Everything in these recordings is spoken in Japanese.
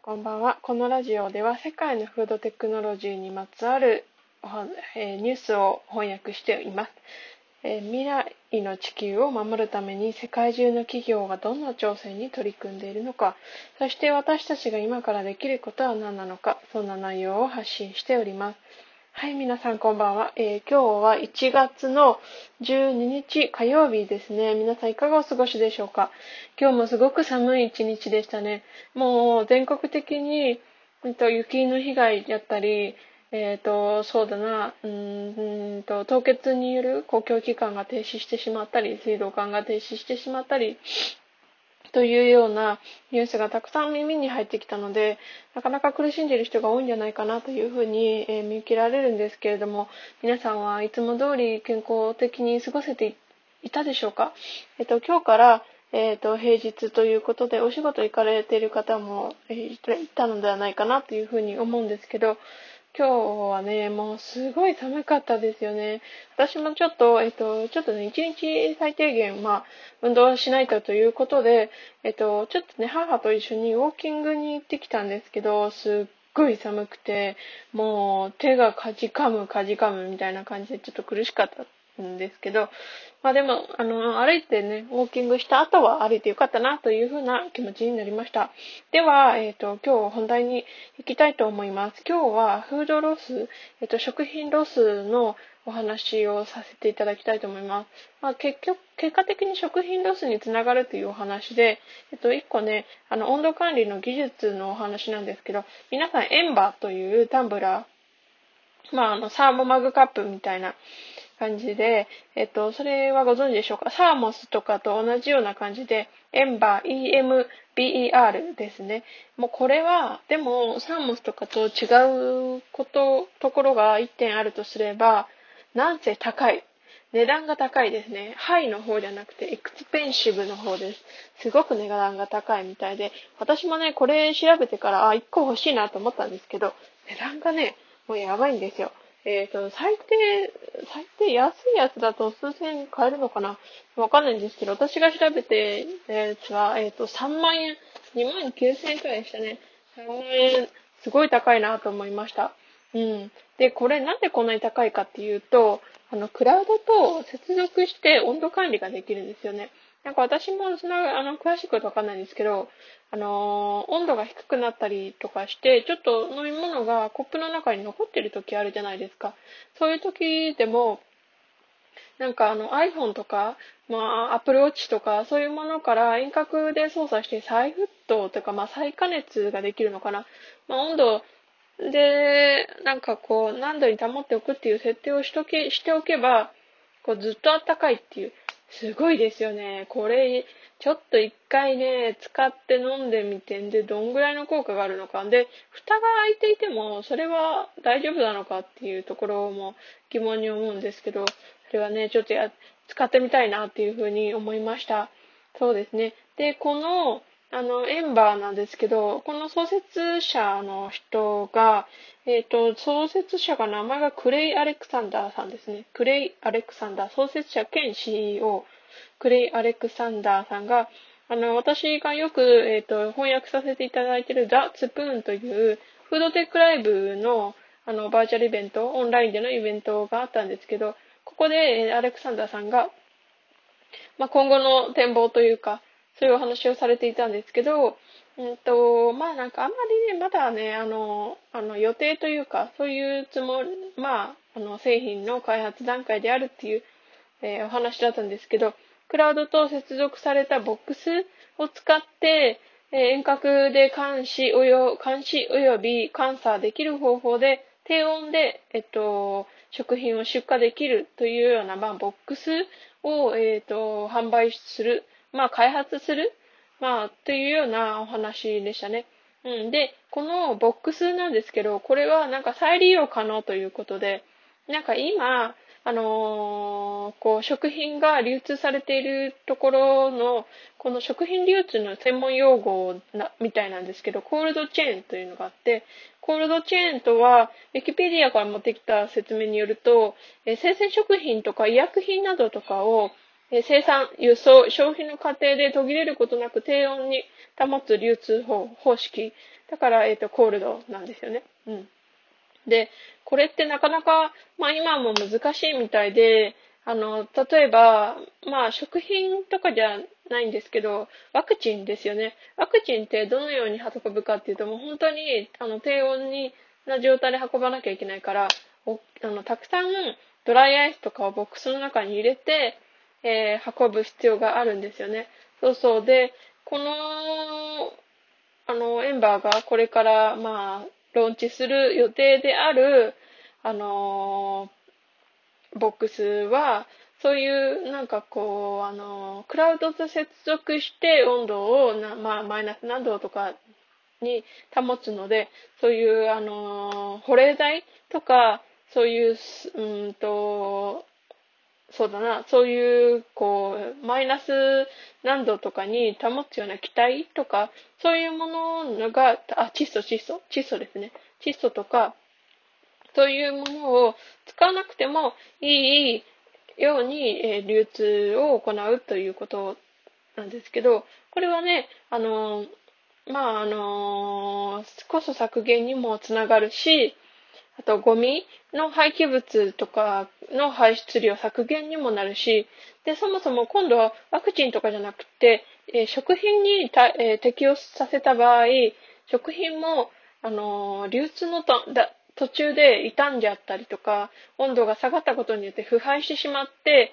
こんばんは。このラジオでは世界のフードテクノロジーにまつわるニュースを翻訳しています。未来の地球を守るために世界中の企業がどんな挑戦に取り組んでいるのか、そして私たちが今からできることは何なのか、そんな内容を発信しております。はい、皆さんこんばんは。今日は1月の12日火曜日ですね。皆さんいかがお過ごしでしょうか。今日もすごく寒い一日でしたね。もう全国的に、雪の被害だったり、そうだな、凍結による公共機関が停止してしまったり、水道管が停止してしまったり、というようなニュースがたくさん耳に入ってきたので、なかなか苦しんでいる人が多いんじゃないかなというふうに見受けられるんですけれども、皆さんはいつも通り健康的に過ごせていたでしょうか。今日から、平日ということでお仕事行かれている方も、いたのではないかなというふうに思うんですけど、今日はね、もうすごい寒かったですよね。私もちょっとね、一日最低限、運動しないとということで、ちょっとね、母と一緒にウォーキングに行ってきたんですけど、すっごい寒くて、もう手がかじかむみたいな感じでちょっと苦しかったんですけど、でも、歩いてね、ウォーキングした後は歩いてよかったなというふうな気持ちになりました。では、今日本題に行きたいと思います。今日はフードロス、食品ロスのお話をさせていただきたいと思います。結果的に食品ロスにつながるというお話で、一個ね、温度管理の技術のお話なんですけど、皆さんエンバーというタンブラー、サーモマグカップみたいな感じで、それはご存知でしょうか。サーモスとかと同じような感じで、エンバー、EMBER ですね。もうこれは、でも、サーモスとかと違うところが一点あるとすれば、なんせ高い。値段が高いですね。ハイの方じゃなくて、エクスペンシブの方です。すごく値段が高いみたいで、私もね、これ調べてから、1個欲しいなと思ったんですけど、値段がね、もうやばいんですよ。最低安いやつだと数千円買えるのかなわかんないんですけど、私が調べてたやつは、3万円、2万9千円くらいでしたね。3万円、すごい高いなと思いました。うん。で、これなんでこんなに高いかっていうと、クラウドと接続して温度管理ができるんですよね。なんか私もその、詳しいことわかんないんですけど、温度が低くなったりとかして、ちょっと飲み物がコップの中に残ってる時あるじゃないですか。そういう時でも、なんかiPhone とか、Apple Watch とか、そういうものから遠隔で操作して再沸騰とか、再加熱ができるのかな。温度で、なんかこう、何度に保っておくっていう設定をしておけば、こうずっと暖かいっていう、すごいですよね。これ、ちょっと一回ね、使って飲んでみてんで、どんぐらいの効果があるのか。で、蓋が開いていても、それは大丈夫なのかっていうところも疑問に思うんですけど、それはね、ちょっと使ってみたいなっていうふうに思いました。そうですね。で、この、エンバーなんですけど、この創設者の人が、創設者が名前がクレイ・アレクサンダーさんですね。クレイ・アレクサンダー、創設者兼 CEO、クレイ・アレクサンダーさんが、私がよく、翻訳させていただいているザ・スプーンというフードテックライブの、バーチャルイベント、オンラインでのイベントがあったんですけど、ここで、アレクサンダーさんが、今後の展望というか、そういうお話をされていたんですけど、なんかあんまりね、まだね、予定というか、そういうつもり、製品の開発段階であるっていう、お話だったんですけど、クラウドと接続されたボックスを使って、遠隔で監視及び監査できる方法で、低温で、食品を出荷できるというような、ボックスを、販売する、開発する、というようなお話でしたね。で、このボックスなんですけど、これはなんか再利用可能ということで、なんか今、食品が流通されているところの、この食品流通の専門用語みたいなんですけど、コールドチェーンというのがあって、コールドチェーンとは、ウィキペディアから持ってきた説明によると、生鮮食品とか医薬品などとかを、 生産、輸送、消費の過程で途切れることなく低温に保つ流通方式。だから、コールドなんですよね。うん。で、これってなかなか、今も難しいみたいで、例えば、食品とかじゃないんですけど、ワクチンですよね。ワクチンってどのように運ぶかっていうと、もう本当に、低温な状態で運ばなきゃいけないから、たくさんドライアイスとかをボックスの中に入れて、運ぶ必要があるんですよね。そうそう。で、この、エンバーがこれから、ローンチする予定である、あのボックスは、そういう、クラウドと接続して温度をマイナス何度とかに保つので、そういう、保冷剤とか、そういう、そうだな、そういう、マイナス何度とかに保つような気体とか、そういうものが、窒素ですね。窒素とか、そういうものを使わなくてもいいように、流通を行うということなんですけど、これはね、コスト削減にもつながるし、あと、ゴミの廃棄物とかの排出量削減にもなるし、で、そもそも今度はワクチンとかじゃなくて、食品に適用させた場合、食品も、流通の途中で傷んじゃったりとか、温度が下がったことによって腐敗してしまって、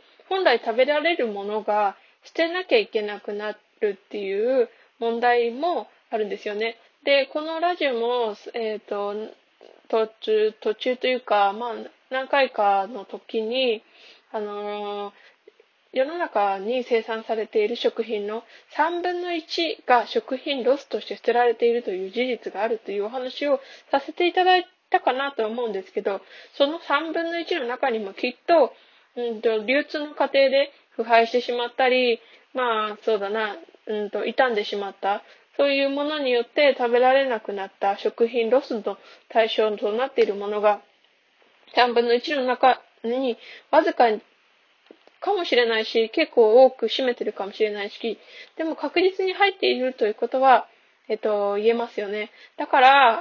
本来食べられるものが捨てなきゃいけなくなるっていう問題もあるんですよね。で、このラジオも、途中というか、何回かの時に、あのー世の中に生産されている食品の3分の1が食品ロスとして捨てられているという事実があるというお話をさせていただいたかなと思うんですけど、その3分の1の中にもきっと、流通の過程で腐敗してしまったり、そうだな、傷んでしまった、そういうものによって食べられなくなった食品ロスの対象となっているものが3分の1の中にわずかかもしれないし、結構多く占めてるかもしれないし、でも確実に入っているということは、言えますよね。だから、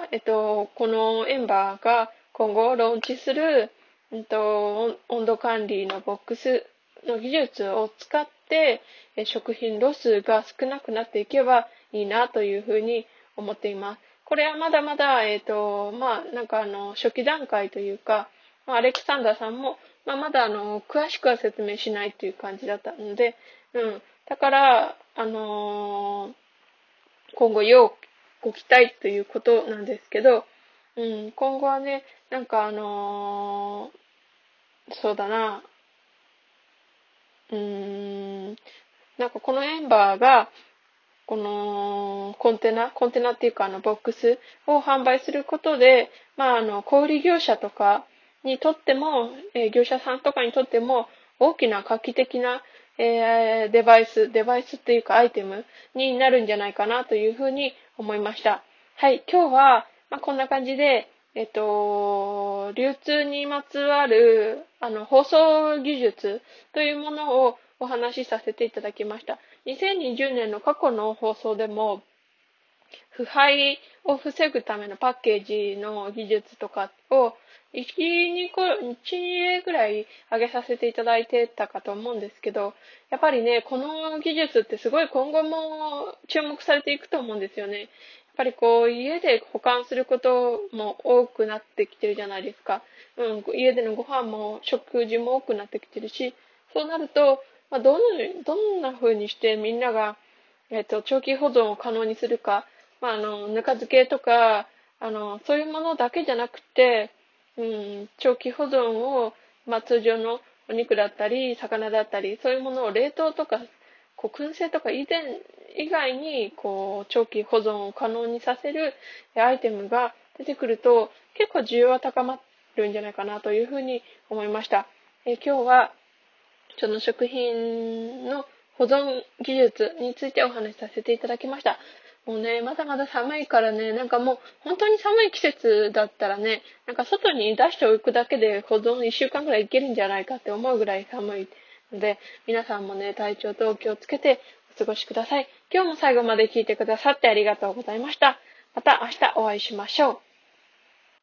このエンバーが今後ローンチする、温度管理のボックスの技術を使って、食品ロスが少なくなっていけばいいなというふうに思っています。これはまだまだ、初期段階というか、アレクサンダーさんもまだ詳しくは説明しないっていう感じだったので、だから、今後要ご期待ということなんですけど、今後はね、そうだな、うーん、このエンバーが、このコンテナっていうかボックスを販売することで、小売業者とかにとっても、業者さんとかにとっても大きな画期的な、デバイスっていうかアイテムになるんじゃないかなというふうに思いました。はい、今日は、こんな感じで、流通にまつわる、包装技術というものをお話しさせていただきました。2020年の過去の放送でも、腐敗を防ぐためのパッケージの技術とかを1、2例ぐらい上げさせていただいてたかと思うんですけど、やっぱりね、この技術ってすごい今後も注目されていくと思うんですよね。やっぱり家で保管することも多くなってきてるじゃないですか。家でのご飯も食事も多くなってきてるし、そうなると、どんな風にしてみんなが長期保存を可能にするか、ぬか漬けとか、そういうものだけじゃなくて、長期保存を、通常のお肉だったり、魚だったり、そういうものを冷凍とか、燻製とか以外に、長期保存を可能にさせるアイテムが出てくると、結構需要は高まるんじゃないかなというふうに思いました。今日は、その食品の保存技術についてお話しさせていただきました。もうね、まだまだ寒いからね、もう本当に寒い季節だったらね、外に出しておくだけで保存1週間ぐらいいけるんじゃないかって思うぐらい寒いので、皆さんもね、体調とお気をつけてお過ごしください。今日も最後まで聞いてくださってありがとうございました。また明日お会いしましょう。